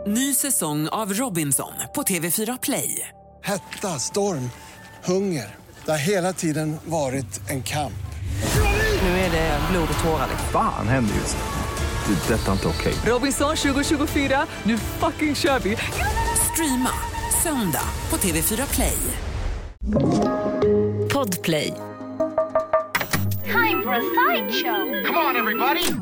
Ny säsong av Robinson på TV4 Play. Hetta, storm, hunger. Det har hela tiden varit en kamp. Nu är det blod och tårar. Fan händer just nu. Det. Detta är inte okej. Robinson 2024, nu fucking kör vi. Streama söndag på TV4 Play. Podplay. Time for a sideshow. Come on everybody!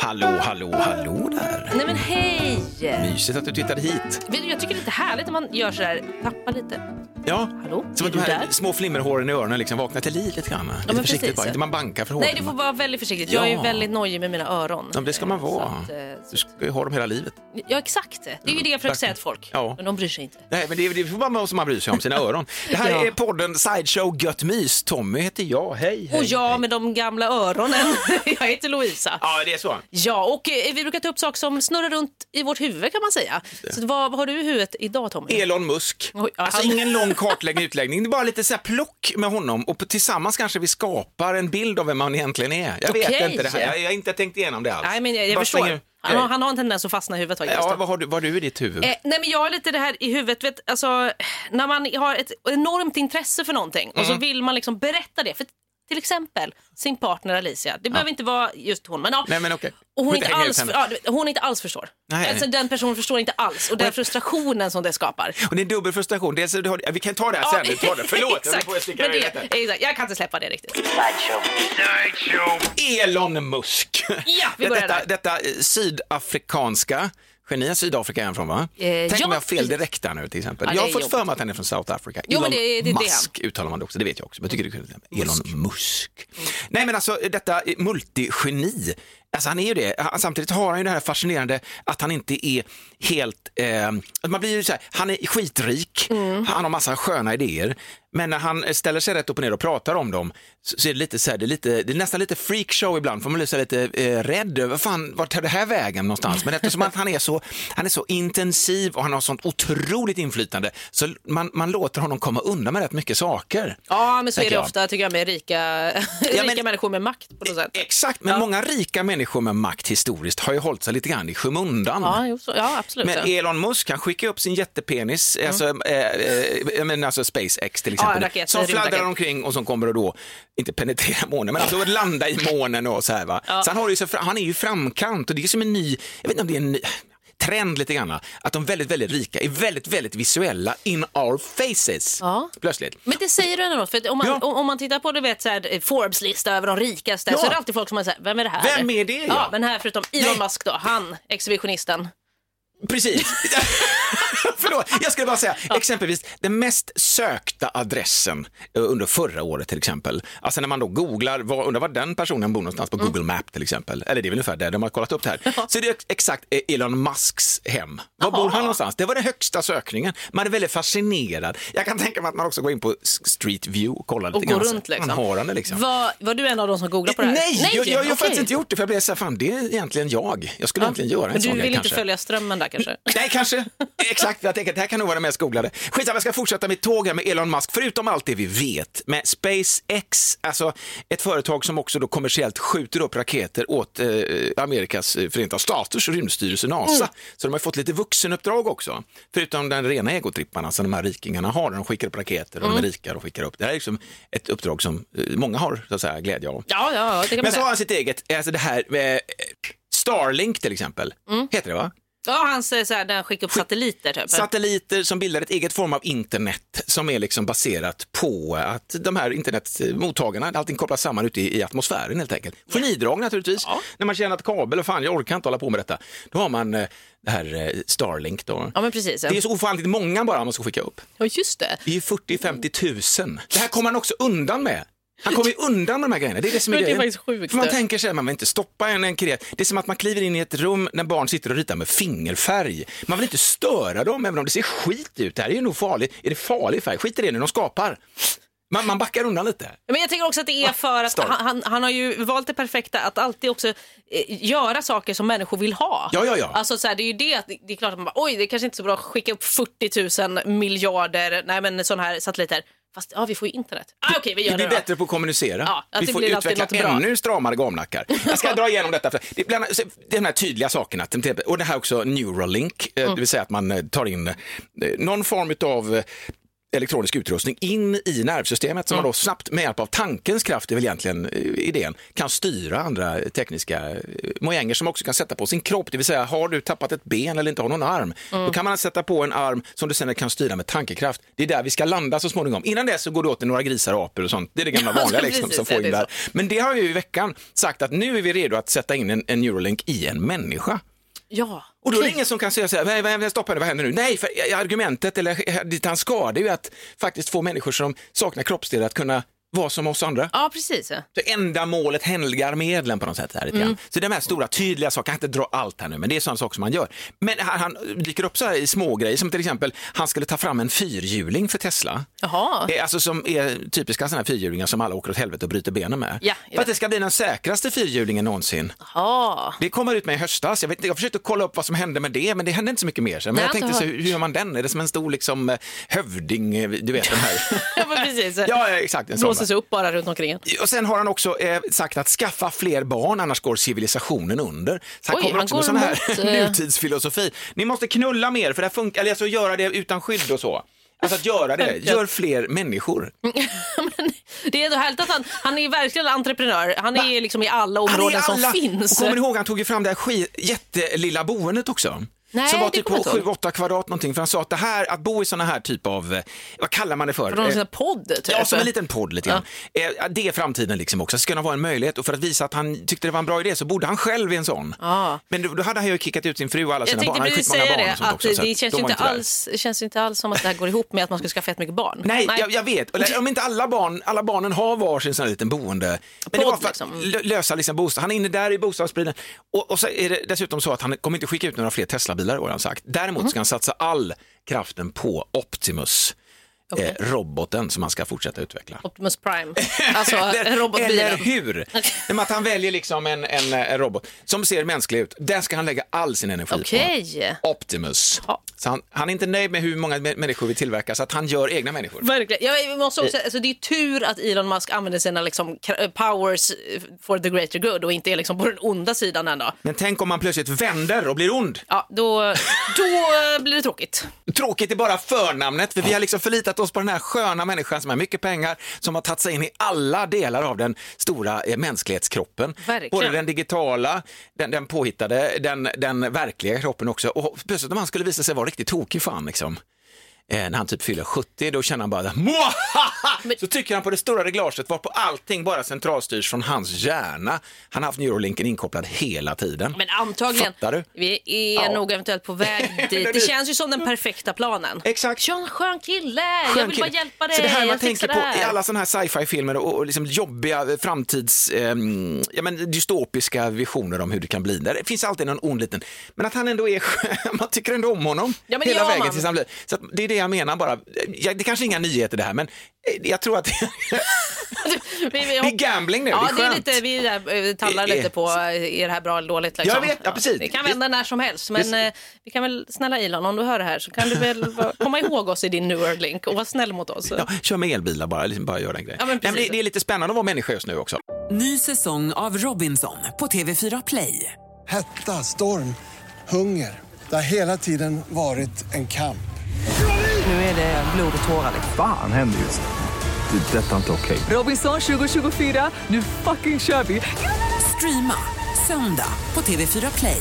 Hallå där. Nej men hej! Mysigt att du tittade hit. Jag tycker det är lite härligt när man gör så här, tappar lite. Ja, hallå? som att de här små flimmerhåren i öronen liksom vaknar till liv lite grann. Lite försiktigt precis, bara, inte man bankar för håret. Nej, det får vara väldigt försiktigt. Jag är ju väldigt nojig med mina öron. Ja, det ska man vara. Du ska ju ha dem hela livet. Ja, exakt. Det är ju det jag försöker säga till folk. Ja. Men de bryr sig inte. Nej, men det är bara man som man bryr sig om sina öron. Det här är podden Sideshow Gött Mys. Tommy heter jag. Hej. Och jag med de gamla öronen. Jag heter Louisa. Ja, det är så. Ja, och vi brukar ta upp saker som snurrar runt i vårt huvud kan man säga. Så vad har du i huvudet idag, Tommy? Elon Musk. Oj, alltså ingen lång utläggning. Det är bara lite så här plock med honom och tillsammans kanske vi skapar en bild av vem man egentligen är. Jag vet inte det här. Jag har inte tänkt igenom det alls. Nej, men jag förstår. Han har en tendens att fastna i huvudet faktiskt. Ja, vad har du i ditt huvud? Nej, men jag har lite det här i huvudet, alltså, när man har ett enormt intresse för någonting och så vill man liksom berätta det för till exempel sin partner Alicia. Det behöver inte vara just hon, men ja. Nej, men okej. Och hon inte alls förstår. Nej. Alltså den personen förstår inte alls. Och den frustrationen som det skapar. Och det är dubbel frustration. Det är, vi kan ta det här sen. Förlåt. Exakt. Jag kan inte släppa det riktigt. Sideshow. Elon Musk. Ja, vi börjar där. Detta sydafrikanska geni. Sydafrika är han från, va? Tänk om jag har fel direkt där nu till exempel. Jag har fått för mig att han är från South Africa. Elon Musk uttalar man det också, det vet jag också. Men jag tycker det är Elon Musk. Nej, men alltså detta multigeni. Alltså han är ju det. Samtidigt har han ju det här fascinerande att han inte är helt... man blir ju så här, han är skitrik. Han har massa sköna idéer. Men när han ställer sig rätt upp och ner och pratar om dem så är det lite så här, det är nästan lite freakshow ibland. För man blir så lite rädd. Vart tar det här vägen någonstans? Men eftersom att han är så intensiv och han har sånt otroligt inflytande så man låter honom komma undan med rätt mycket saker. Ja, men så är det ofta tycker jag med rika människor med makt på något sätt. Exakt, men många rika människor med makt historiskt har ju hållit sig lite grann i skymundan. Ja, absolut. Men Elon Musk kan skicka upp sin jättepenis, alltså SpaceX till exempel, som fladdrar omkring och som kommer att då inte penetrera månen, men alltså landa i månen och så här, va. Ja. Så han är ju framkant och det är som en ny, jag vet inte om det är en ny trend lite grann, att de väldigt, väldigt rika är väldigt, väldigt visuella in our faces. Ja. Plötsligt. Men det säger du ändå, för om man tittar på Forbes-lista över de rikaste så är det alltid folk som säger, vem är det här? Vem är det? Ja, men här förutom Elon Musk då, han, exhibitionisten. Precis. Förlåt, jag skulle bara säga exempelvis den mest sökta adressen under förra året till exempel. Alltså när man då googlar, undrar var den personen bor någonstans på Google Map till exempel. Eller det är väl ungefär där de har kollat upp det här. Så det är exakt Elon Musks hem. Var bor han någonstans? Det var den högsta sökningen. Man är väldigt fascinerad. Jag kan tänka mig att man också går in på Street View och kollar lite grann. Och går runt liksom. Man har den liksom. Var du en av de som googlar på det här? Nej, jag har faktiskt inte gjort det för jag blev så här, fan det är egentligen jag. Jag skulle egentligen göra en sån grej. Du vill inte följa strömmen där kanske? Nej, kanske. Exakt, jag tänker att det här kan nog vara det mest googlade. Skitsamma, jag ska fortsätta mitt tåg här med Elon Musk. Förutom allt det vi vet med SpaceX, alltså ett företag som också då kommersiellt skjuter upp raketer åt Amerikas Förenta Staters rymdstyrelse NASA. Så de har fått lite vuxenuppdrag också. Förutom den rena egotripparna som de här rikingarna har. De skickar upp raketer och de är rika och skickar upp. Det här är liksom ett uppdrag som många har så att säga glädje av. Ja, det kan man men så har han sitt eget, alltså det här Starlink till exempel. Heter det, va? Ja, han säger så här, där han skickar upp satelliter typ. Satelliter som bildar ett eget form av internet som är liksom baserat på att de här internetmottagarna, allting kopplas samman ute i atmosfären helt enkelt. Genidrag naturligtvis. Ja. När man känner att kabel och fan, jag orkar inte hålla på med detta. Då har man det här Starlink då. Ja, men precis. Det är så ofantligt många bara man ska skicka upp. Ja, just det. Det är 40-50 000. Det här kommer man också undan med. Han kommer ju undan med de här grejerna. Det är det som är grejen. Det är faktiskt sjukt. För man tänker sig att man vill inte stoppa en kreat. Det är som att man kliver in i ett rum när barn sitter och ritar med fingerfärg. Man vill inte störa dem även om det ser skit ut. Det här är ju nog farligt. Är det farlig färg? Skit i det när de skapar. Man backar undan lite. Men jag tänker också att det är för att han har ju valt det perfekta att alltid också göra saker som människor vill ha. Ja. Alltså så här, det är ju det är klart att man bara, oj, det är kanske inte så bra att skicka upp 40 000 miljarder sådana här satelliter. Fast vi får ju internet. Okej, vi gör det. Vi blir bättre på att kommunicera. Ja, vi får utveckla ännu stramare gamnackar. Jag ska dra igenom detta. Det är de här tydliga sakerna. Och det här också Neuralink. Det vill säga att man tar in någon form av elektronisk utrustning in i nervsystemet som man då snabbt med hjälp av tankens kraft, är väl egentligen idén, kan styra andra tekniska mojänger som också kan sätta på sin kropp. Det vill säga, har du tappat ett ben eller inte har någon arm, då kan man sätta på en arm som du sen kan styra med tankekraft. Det är där vi ska landa så småningom. Innan det så går det åt några grisar och apor och sånt. Det är det gamla vanliga liksom, som får in där. Men det har vi i veckan sagt att nu är vi redo att sätta in en Neuralink i en människa. Ja. Och då är det ingen som kan säga så här, stopp här, vad händer nu? Nej, för argumentet eller dit han skadar är ju att faktiskt få människor som saknar kroppsdelar att kunna vara som oss andra. Ja, precis. Det enda målet helgar medlen på något sätt här. Så de här stora tydliga saker, jag kan inte dra allt här nu, men det är sådana saker som man gör. Men han dyker upp så här i små grejer, som till exempel, han skulle ta fram en fyrhjuling för Tesla. Jaha. Alltså som är typiska sådana här fyrhjulingar som alla åker åt helvete och bryter benen med. Ja. För att det ska bli den säkraste fyrhjulingen någonsin. Jaha. Det kommer ut med i höstas. Jag försökte kolla upp vad som hände med det, men det hände inte så mycket mer. Men jag tänkte så, hur gör man den? Är det som en stor liksom hövding, du vet den här? Ja, precis. Ja, exakt. En blåses upp bara runt omkring. Och sen har han också sagt att skaffa fler barn, annars går civilisationen under. Så han kommer också med sån här nutidsfilosofi. Ni måste knulla mer, för det funkar, eller alltså göra det utan skydd och så. Alltså att göra det, gör fler människor. Men det är ändå härligt att han är verkligen entreprenör. Han är liksom i alla områden som finns. Och kommer ni ihåg, han tog ju fram det här jättelilla boendet också. Nej, som var typ på 7-8 kvadrat någonting. För han sa att det här, att bo i såna här typ av, vad kallar man det för? Någon sån här podd typ. Ja, som en liten podd lite grann. Det är framtiden liksom också. Det ska vara en möjlighet. Och för att visa att han tyckte det var en bra idé så bodde han själv i en sån. Men då hade han ju kickat ut sin fru och alla sina barn. Han hade skitmånga barn och sånt också. Det känns inte alls som att det här går ihop med att man ska skaffa ett mycket barn. Nej. Jag vet. Eller, om inte alla barnen har varsin sån här liten boende. Men det var för att lösa liksom bostad. Han är inne där i bostadspriden. Och så är det dessutom så att han kommer inte skicka ut några fler Tesla-bilar, har han sagt. Däremot ska han satsa all kraften på Optimus, roboten som man ska fortsätta utveckla. Optimus Prime, alltså robotbilen. Eller hur? Men att han väljer liksom en robot som ser mänsklig ut. Där ska han lägga all sin energi på. Optimus. Så han är inte nöjd med hur många människor vi tillverkar, så att han gör egna människor. Verkligen. Jag måste också, alltså, det är tur att Elon Musk använder sina liksom, powers for the greater good och inte är liksom på den onda sidan ändå. Men tänk om man plötsligt vänder och blir ond. Ja, då blir det tråkigt. Tråkigt är bara förnamnet, för vi har liksom förlitat oss på den här sköna människan som har mycket pengar, som har tagit sig in i alla delar av den stora mänsklighetskroppen. Verkligen. Både den digitala, den påhittade, den verkliga kroppen också. Och plötsligt om han skulle visa sig vara riktigt tokig fan liksom. När han typ fyller 70, då känner han bara så tycker han på det stora reglaget var på allting bara centralstyrs från hans hjärna. Han har haft Neuralinken inkopplad hela tiden. Men antagligen, vi är nog eventuellt på väg dit. Det känns ju som den perfekta planen. Exakt. Skön kille, jag vill bara hjälpa dig. Så det här man tänker på i alla sådana här sci-fi-filmer och liksom jobbiga framtids dystopiska visioner om hur det kan bli. Det finns alltid någon ond liten, men att han ändå är man tycker ändå om honom hela vägen tills han blir. Så det är det jag menar bara. Det kanske är inga nyheter det här, men jag tror att det är gambling nu. Ja, det är lite, vi tallar lite på är det här bra eller dåligt liksom. Jag vet, ja, precis. Det kan vända när som helst, men vi kan väl, snälla Elon, om du hör det här så kan du väl komma ihåg oss i din Neuralink och vara snäll mot oss. Ja, kör med elbilar bara, liksom bara gör den grejen. Ja, men det är lite spännande att vara människa just nu också. Ny säsong av Robinson på TV4 Play. Hetta, storm, hunger. Det har hela tiden varit en kamp. Nu är det blod och tårar. Fan händer just det. Detta är inte okej. Robinson 2024, nu fucking kör vi. Streama söndag på TV4 Play.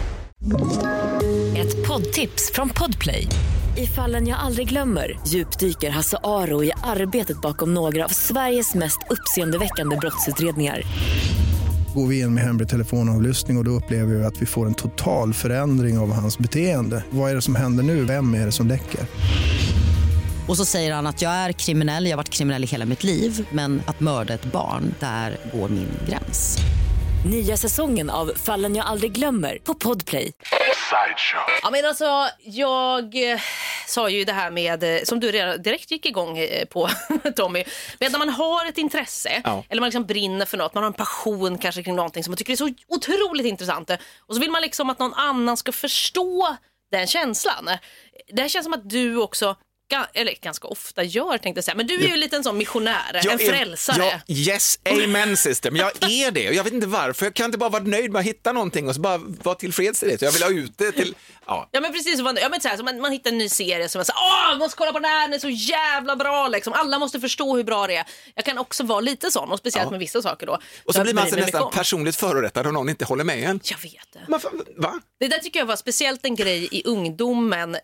Ett poddtips från Podplay. I Fallen jag aldrig glömmer djupdyker Hasse Aro i arbetet bakom några av Sveriges mest uppseendeväckande brottsutredningar. Går vi in med hemlig telefonavlyssning och då upplever vi att vi får en total förändring av hans beteende. Vad är det som händer nu? Vem är det som läcker? Och så säger han att jag är kriminell, jag har varit kriminell i hela mitt liv. Men att mörda ett barn, där går min gräns. Nya säsongen av Fallen jag aldrig glömmer på Podplay. Ja, men alltså, jag sa ju det här med, som du redan direkt gick igång på, Tommy, med när man har ett intresse, eller man liksom brinner för något, man har en passion kanske kring någonting som man tycker är så otroligt intressant, och så vill man liksom att någon annan ska förstå den känslan. Det här känns som att du också ganska ofta gör, tänkte jag säga. Men du är ju lite en sån missionär, en frälsare. Yes, amen system. Jag är det och jag vet inte varför. Jag kan inte bara vara nöjd med att hitta någonting och så bara vara tillfreds i det. Jag vill ha ut det till... Ja, men precis. Man hittar en ny serie som man säger, man måste kolla på den här, den är så jävla bra. Liksom. Alla måste förstå hur bra det är. Jag kan också vara lite sån, och speciellt med vissa saker då. Och så blir man nästan personligt förorättad om någon inte håller med en. Jag vet det. Men, va? Det där tycker jag var speciellt en grej i ungdomen.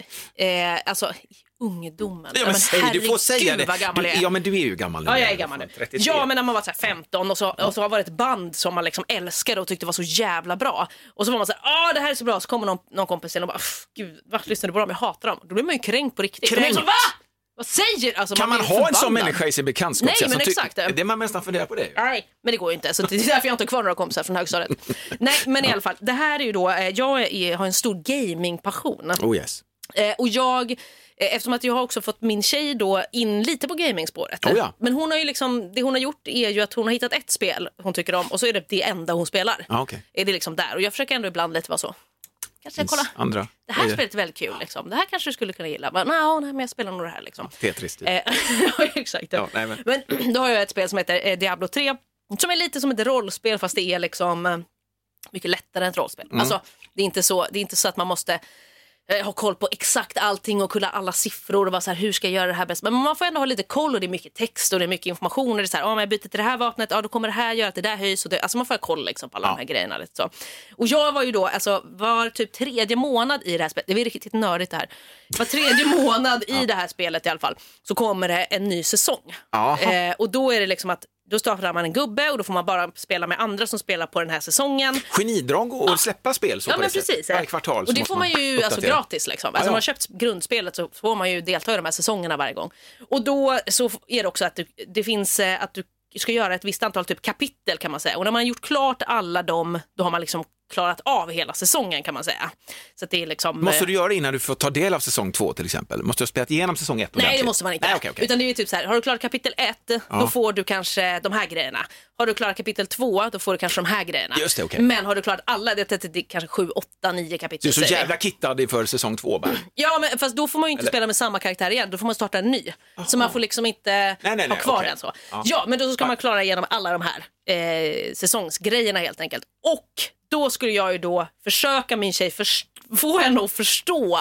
Ungdomen. Ja, men säg, du får säga det. Ja, men du är ju gammal nu. Ja, jag är gammal nu. 33. Ja, men när man var så här 15 och så var det ett band som man liksom älskade och tyckte var så jävla bra. Och så var man så här, det här är så bra. Så kommer någon kompis och bara, gud, varför lyssnar du på dem? Jag hatar dem. Då blir man ju kränkt på riktigt. Kränkt? Va? Vad säger? Alltså, kan man ha en sån människa i sin bekantskap? Nej, men exakt. Det är man nästan funderar på det. Nej, men det går ju inte. Så det är därför jag inte har kvar några kompisar från högstadiet. Nej, men i alla fall. Det här är ju då, jag har en stor gamingpassion. Oh yes. Och eftersom att jag har också fått min tjej då in lite på gamingspåret. Oh ja. Men hon har ju liksom, det hon har gjort är ju att hon har hittat ett spel hon tycker om och så är det enda hon spelar. Okay. Är det liksom där. Och jag försekar ändå ibland lite vara så. Kanske jag kolla. Andra. Det här spelet är väldigt kul liksom. Det här kanske du skulle kunna gilla. Men nej, men jag spelar nog det här liksom. Tetris. Ja, exakt. Ja, men då har jag ett spel som heter Diablo 3 som är lite som ett rollspel fast det är liksom mycket lättare än ett rollspel. Alltså, det är inte så att man måste ha koll på exakt allting och kulla alla siffror och vara så här, hur ska jag göra det här bäst? Men man får ändå ha lite koll och det är mycket text och det är mycket information och det är så här, om jag byter till det här vapnet, då kommer det här göra att det där höjs och det, alltså man får ha koll liksom på alla de här grejerna lite så. Och jag var ju då, var typ 3:e månad i det här spelet, det är riktigt nördigt det här. Var 3:e månad i det här spelet i alla fall, så kommer det en ny säsong. Och då är det liksom att då startar man en gubbe och då får man bara spela med andra som spelar på den här säsongen. Genidrag och släppa spel så på men precis. varje kvartal. Och det får man ju gratis liksom. Alltså om man har köpt grundspelet så får man ju delta i de här säsongerna varje gång. Och då så är det också att det finns att du ska göra ett visst antal typ kapitel kan man säga. Och när man har gjort klart alla dem, då har man liksom klarat av hela säsongen kan man säga. Så att det är liksom... Måste du göra det innan du får ta del av säsong 2 till exempel? Måste du ha spelat igenom säsong 1? Nej, det måste man inte. Nej, okay. Utan det är ju typ så här, har du klarat kapitel 1, då får du kanske de här grejerna. Har du klarat kapitel 2, då får du kanske de här grejerna. Just det, okay. Men har du klarat alla, det är kanske 7, 8, 9 kapitel. Du är så jävla kittad inför säsong 2 bara. Ja, men fast då får man ju inte spela med samma karaktär igen. Då får man starta en ny. Så man får liksom inte ha kvar den så. Ja, men då ska man klara igenom alla de här säsongsgrejerna helt enkelt. Och då skulle jag ju då försöka min tjej få henne att förstå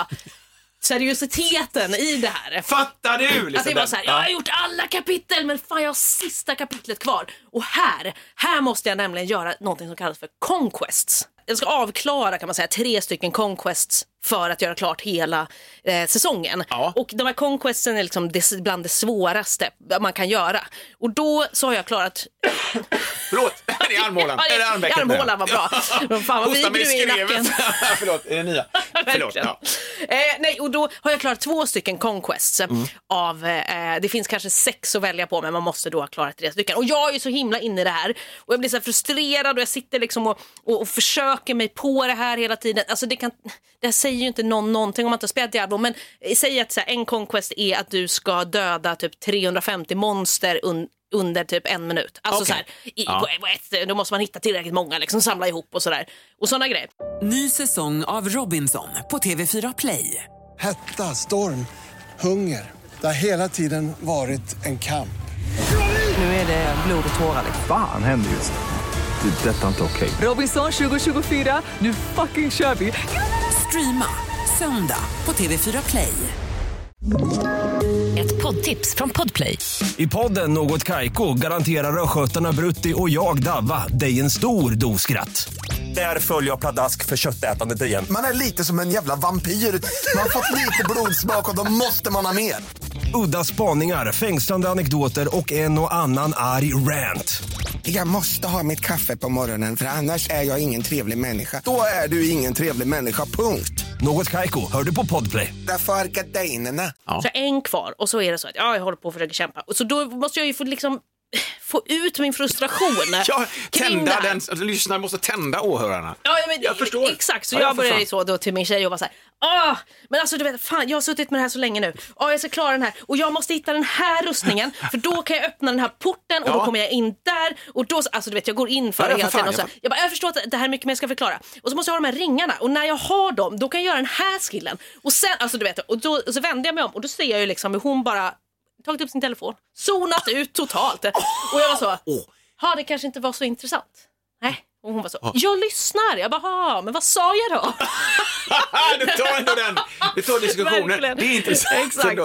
seriositeten i det här. Fattar du? Liksom att det var så här, jag har gjort alla kapitel men fan jag har sista kapitlet kvar. Och här måste jag nämligen göra någonting som kallas för conquests. Jag ska avklara kan man säga 3 stycken conquests för att göra klart hela säsongen. Och de här conquestsen är liksom bland det svåraste man kan göra. Och då så har jag klarat... Förlåt, det är armhålan. Armhålan var bra. Fan vad vig du är i nacken. Förlåt, är det nya? Förlåt, nej, och då har jag klarat 2 stycken conquests av, det finns kanske 6 att välja på men man måste då ha klarat 3 stycken. Och jag är ju så himla inne i det här och jag blir så här frustrerad och jag sitter liksom och försöker mig på det här hela tiden. Alltså det säger ju inte någonting om man inte har spelat Diablo, men säg att så här, en conquest är att du ska döda typ 350 monster under typ 1 minut. Alltså så här, då måste man hitta tillräckligt många liksom, samla ihop och sådär. Och sådana grejer. Ny säsong av Robinson på TV4 Play. Hetta, storm, hunger. Det har hela tiden varit en kamp. Nu är det blod och tårar. Fan händer just det. Detta är inte okej. Robinson 2024, nu fucking kör vi. Streama söndag på TV4 Play. Ett poddtips från Podplay. I podden Något Kaiko garanterar röskötarna Brutti och jag Davva dig en stor doskratt. Där följer jag pladask för köttätandet igen. Man är lite som en jävla vampyr. Man har fått lite blodsmak och då måste man ha mer. Udda spaningar, fängslande anekdoter och en och annan arg rant. Jag måste ha mitt kaffe på morgonen för annars är jag ingen trevlig människa. Då är du ingen trevlig människa, punkt. Något Kaiko, hör du på Podplay. Därför är gardinerna. Så en kvar och så är det så att jag håller på att försöka kämpa. Och så då måste jag ju få få ut min frustration. Ja, tända den. Lyssnare måste tända åhörarna. Ja, men jag förstår. Exakt, så jag började så då till min tjej och var så här, men alltså du vet, fan, jag har suttit med det här så länge nu. Jag ska klara den här och jag måste hitta den här rustningen för då kan jag öppna den här porten och då kommer jag in där och då, alltså du vet, jag går in för hela tiden och så. Jag förstår att det här är mycket mer jag ska förklara. Och så måste jag ha de här ringarna och när jag har dem, då kan jag göra den här skillen. Och sen, alltså du vet, och då så vänder jag mig om och då ser jag ju liksom hur hon bara tagit upp sin telefon, zonat ut totalt. Och jag var så, det kanske inte var så intressant. Nej. Och hon var så, jag lyssnar. Jag bara, men vad sa jag då? Du tar ändå den. Du tar diskussionen. Det är intressant. Exakt. Ändå.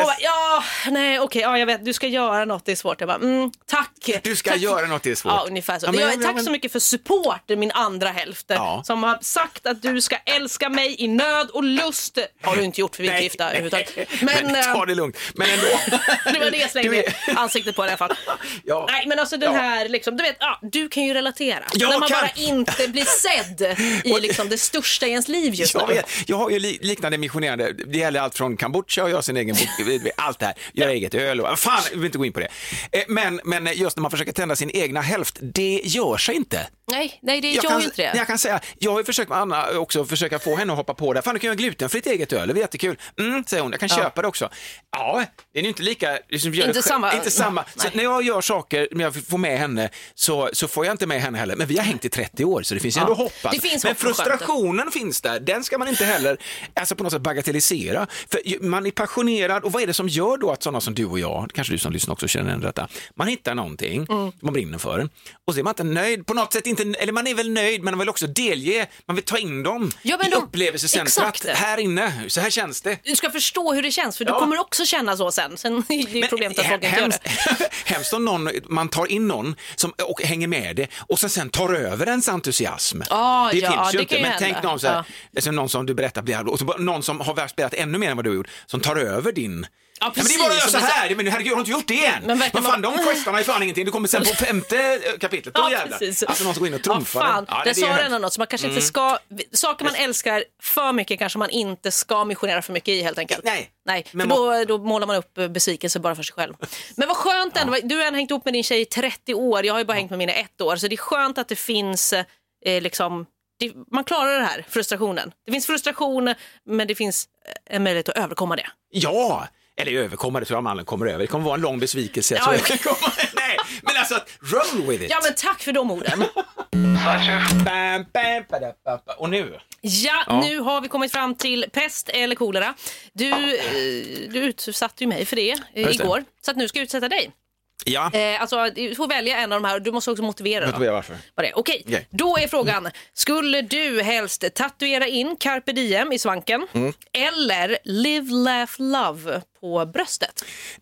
Jag vet, du ska göra något, det är svårt. Jag bara, tack. Du ska göra något, det är svårt. Ja, ungefär så. Tack så mycket för support, min andra hälft. Som har sagt att du ska älska mig i nöd och lust. Har du inte gjort för vi är gifta överhuvudtaget. Men ta det lugnt. Men ändå. Det var det jag slängde ansiktet på i alla fall. Nej, men alltså den här, liksom, du vet, du kan ju relatera. Man bara inte blir sedd i liksom det största i ens liv just nu. Jag har ju liknande missionerande. Det gäller allt från Kambodja och jag sin egen allt det här. Göra eget öl och fan, jag vill inte gå in på det. Men just när man försöker tända sin egna hälft, det gör sig inte. Nej, det gör inte det. Jag kan säga, jag har ju försökt med Anna också försöka få henne att hoppa på det. Fan, du kan göra glutenfritt eget öl, det är jättekul. Säger hon, jag kan köpa det också. Ja, det är ju inte lika... Inte samma. Så när jag gör saker, när jag får med henne, så får jag inte med henne heller. Men vi har hängt i 30 år, så det finns ändå hoppas. Men frustrationen finns där, den ska man inte heller på något sätt bagatellisera. För man är passionerad, och vad är det som gör då att sådana som du och jag, kanske du som lyssnar också känner ändå detta, man hittar någonting, man brinner för den, och så är man inte nöjd på något sätt, eller man är väl nöjd, men man vill också delge, man vill ta in dem i upplevelsecentrat här inne, så här känns det. Du ska förstå hur det känns, för du kommer också känna så sen är det problemet att folk inte gör det. Hemskt om man tar in någon och hänger med det och sen tar över ens entusiasm. Det finns ju inte, men tänk någon så här, någon som du berättar, och så någon som har spelat ännu mer än vad du har gjort, som tar över din. Ja, men det var ju så här, men herregud, har inte gjort det än. Men fan, de questarna är fan ingenting. Det kommer sen på 5:e kapitlet. Då jävlar. Alltså någon som går in och trumfar. Det sa redan något som man kanske inte ska... Saker man älskar för mycket kanske man inte ska missionera för mycket i, helt enkelt. Nej, för då målar man upp besvikelse bara för sig själv. Men vad skönt ändå. Du har hängt ihop med din tjej i 30 år. Jag har ju bara hängt med mina 1 år. Så det är skönt att det finns liksom... Man klarar det här, frustrationen. Det finns frustration, men det finns en möjlighet att överkomma det. Ja! Eller överkomma det, tror jag man kommer över. Det kommer vara en lång besvikelse. Nej, men alltså, roll with it. Ja, men tack för de orden. Och nu? Ja, nu har vi kommit fram till pest eller kolera. Du utsatte ju mig för det igår. Så att nu ska jag utsätta dig. Ja. Alltså, du får välja en av de här. Du måste också motivera varför. Okej. Då är frågan, skulle du helst tatuera in Carpe Diem i svanken eller Live, Laugh, Love på bröstet?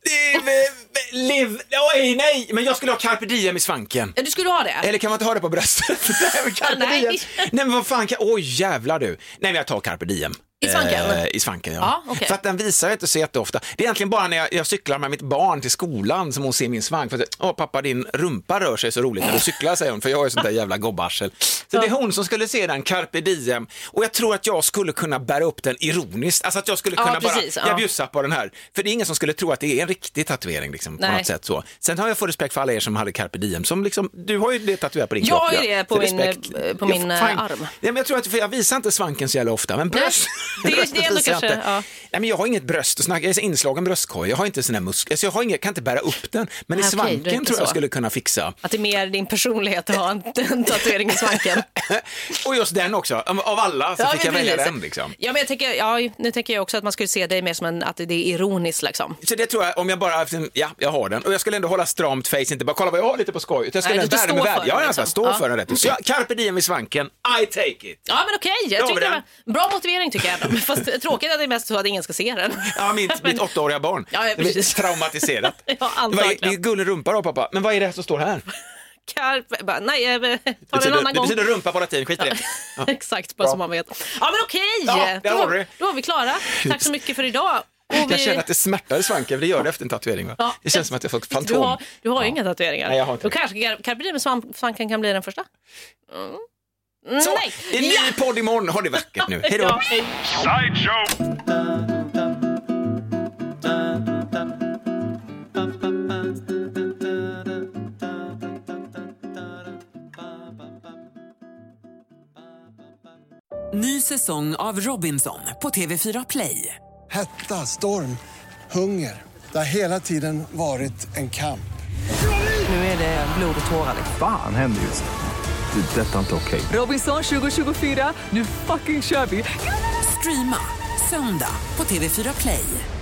Nej, men jag skulle ha Carpe Diem i svanken. Ja, du skulle ha det. Eller kan man inte ha det på bröstet? Nej, men vad fan jävlar du. Nej, men jag tar Carpe Diem. I svanken, ja. Okay. För att den visar jag inte så jätteofta. Det är egentligen bara när jag cyklar med mitt barn till skolan som hon ser min svank. För att, pappa, din rumpa rör sig så roligt när du cyklar, säger hon. För jag är sånt där jävla gobbarsel. Så det är hon som skulle se den, Carpe Diem. Och jag tror att jag skulle kunna bära upp den ironiskt. Alltså att jag skulle kunna jag bjussar på den här. För det är ingen som skulle tro att det är en riktig tatuering liksom, på något sätt så. Sen har jag fått respekt för alla er som hade Carpe Diem. Som liksom, du har ju det tatuerat på din kropp. Jag har ju det på min arm. Ja, men jag tror att, för jag visar inte svanken så jävla ofta. Men bröst... Det är ändå kanske, Nej, men jag har inget bröst och jag är inslagen bröstkorg. Jag har inte sån här muskler. Så jag kan inte bära upp den. Men i svanken tror jag skulle kunna fixa. Att det är mer din personlighet att ha en tatuering i svanken. Och just den också. Av alla så fick jag välja den liksom. Ja, men nu tänker jag också att man skulle se dig mer som att det är ironiskt liksom. Så det tror jag, om jag bara, jag har den. Och jag skulle ändå hålla stramt face, inte bara kolla vad jag har lite på skoj. Jag skulle ändå bära med värde. Jag står för den rätt. Så Carpe Diem i svanken, I take it. Ja, men okej. Jag tycker det var bra motivering, tycker jag. Fast tråkigt att det är mest så att ingen ska se den. Ja, mitt 8-åriga barn. Ja, det är traumatiserat. Det är gullig rumpa då, pappa. Men vad är det som står här? Carpe, nej, ta det en annan gång. Det betyder rumpa på latin, skit i det. Ja. Exakt, bara som man vet. Ja, men okej. Då är vi klara. Tack så mycket för idag. Jag känner att det smärtar i svanken, för det gör det efter en tatuering, va? Ja. Det känns som att jag fått fantom. Du har ju inga tatueringar. Nej, jag har inte. Då kanske Carpe Diem med svanken kan bli den första. Så, en ny podd imorgon. Ha det vackert nu. Hej då. Ny säsong av Robinson på TV4 Play. Hetta, storm, hunger. Det har hela tiden varit en kamp. Nu är det blod och tårar. Fan händer just nu. Det. Detta är inte okej. Robinson 2024, nu fucking kör vi. Streama söndag på TV4 Play.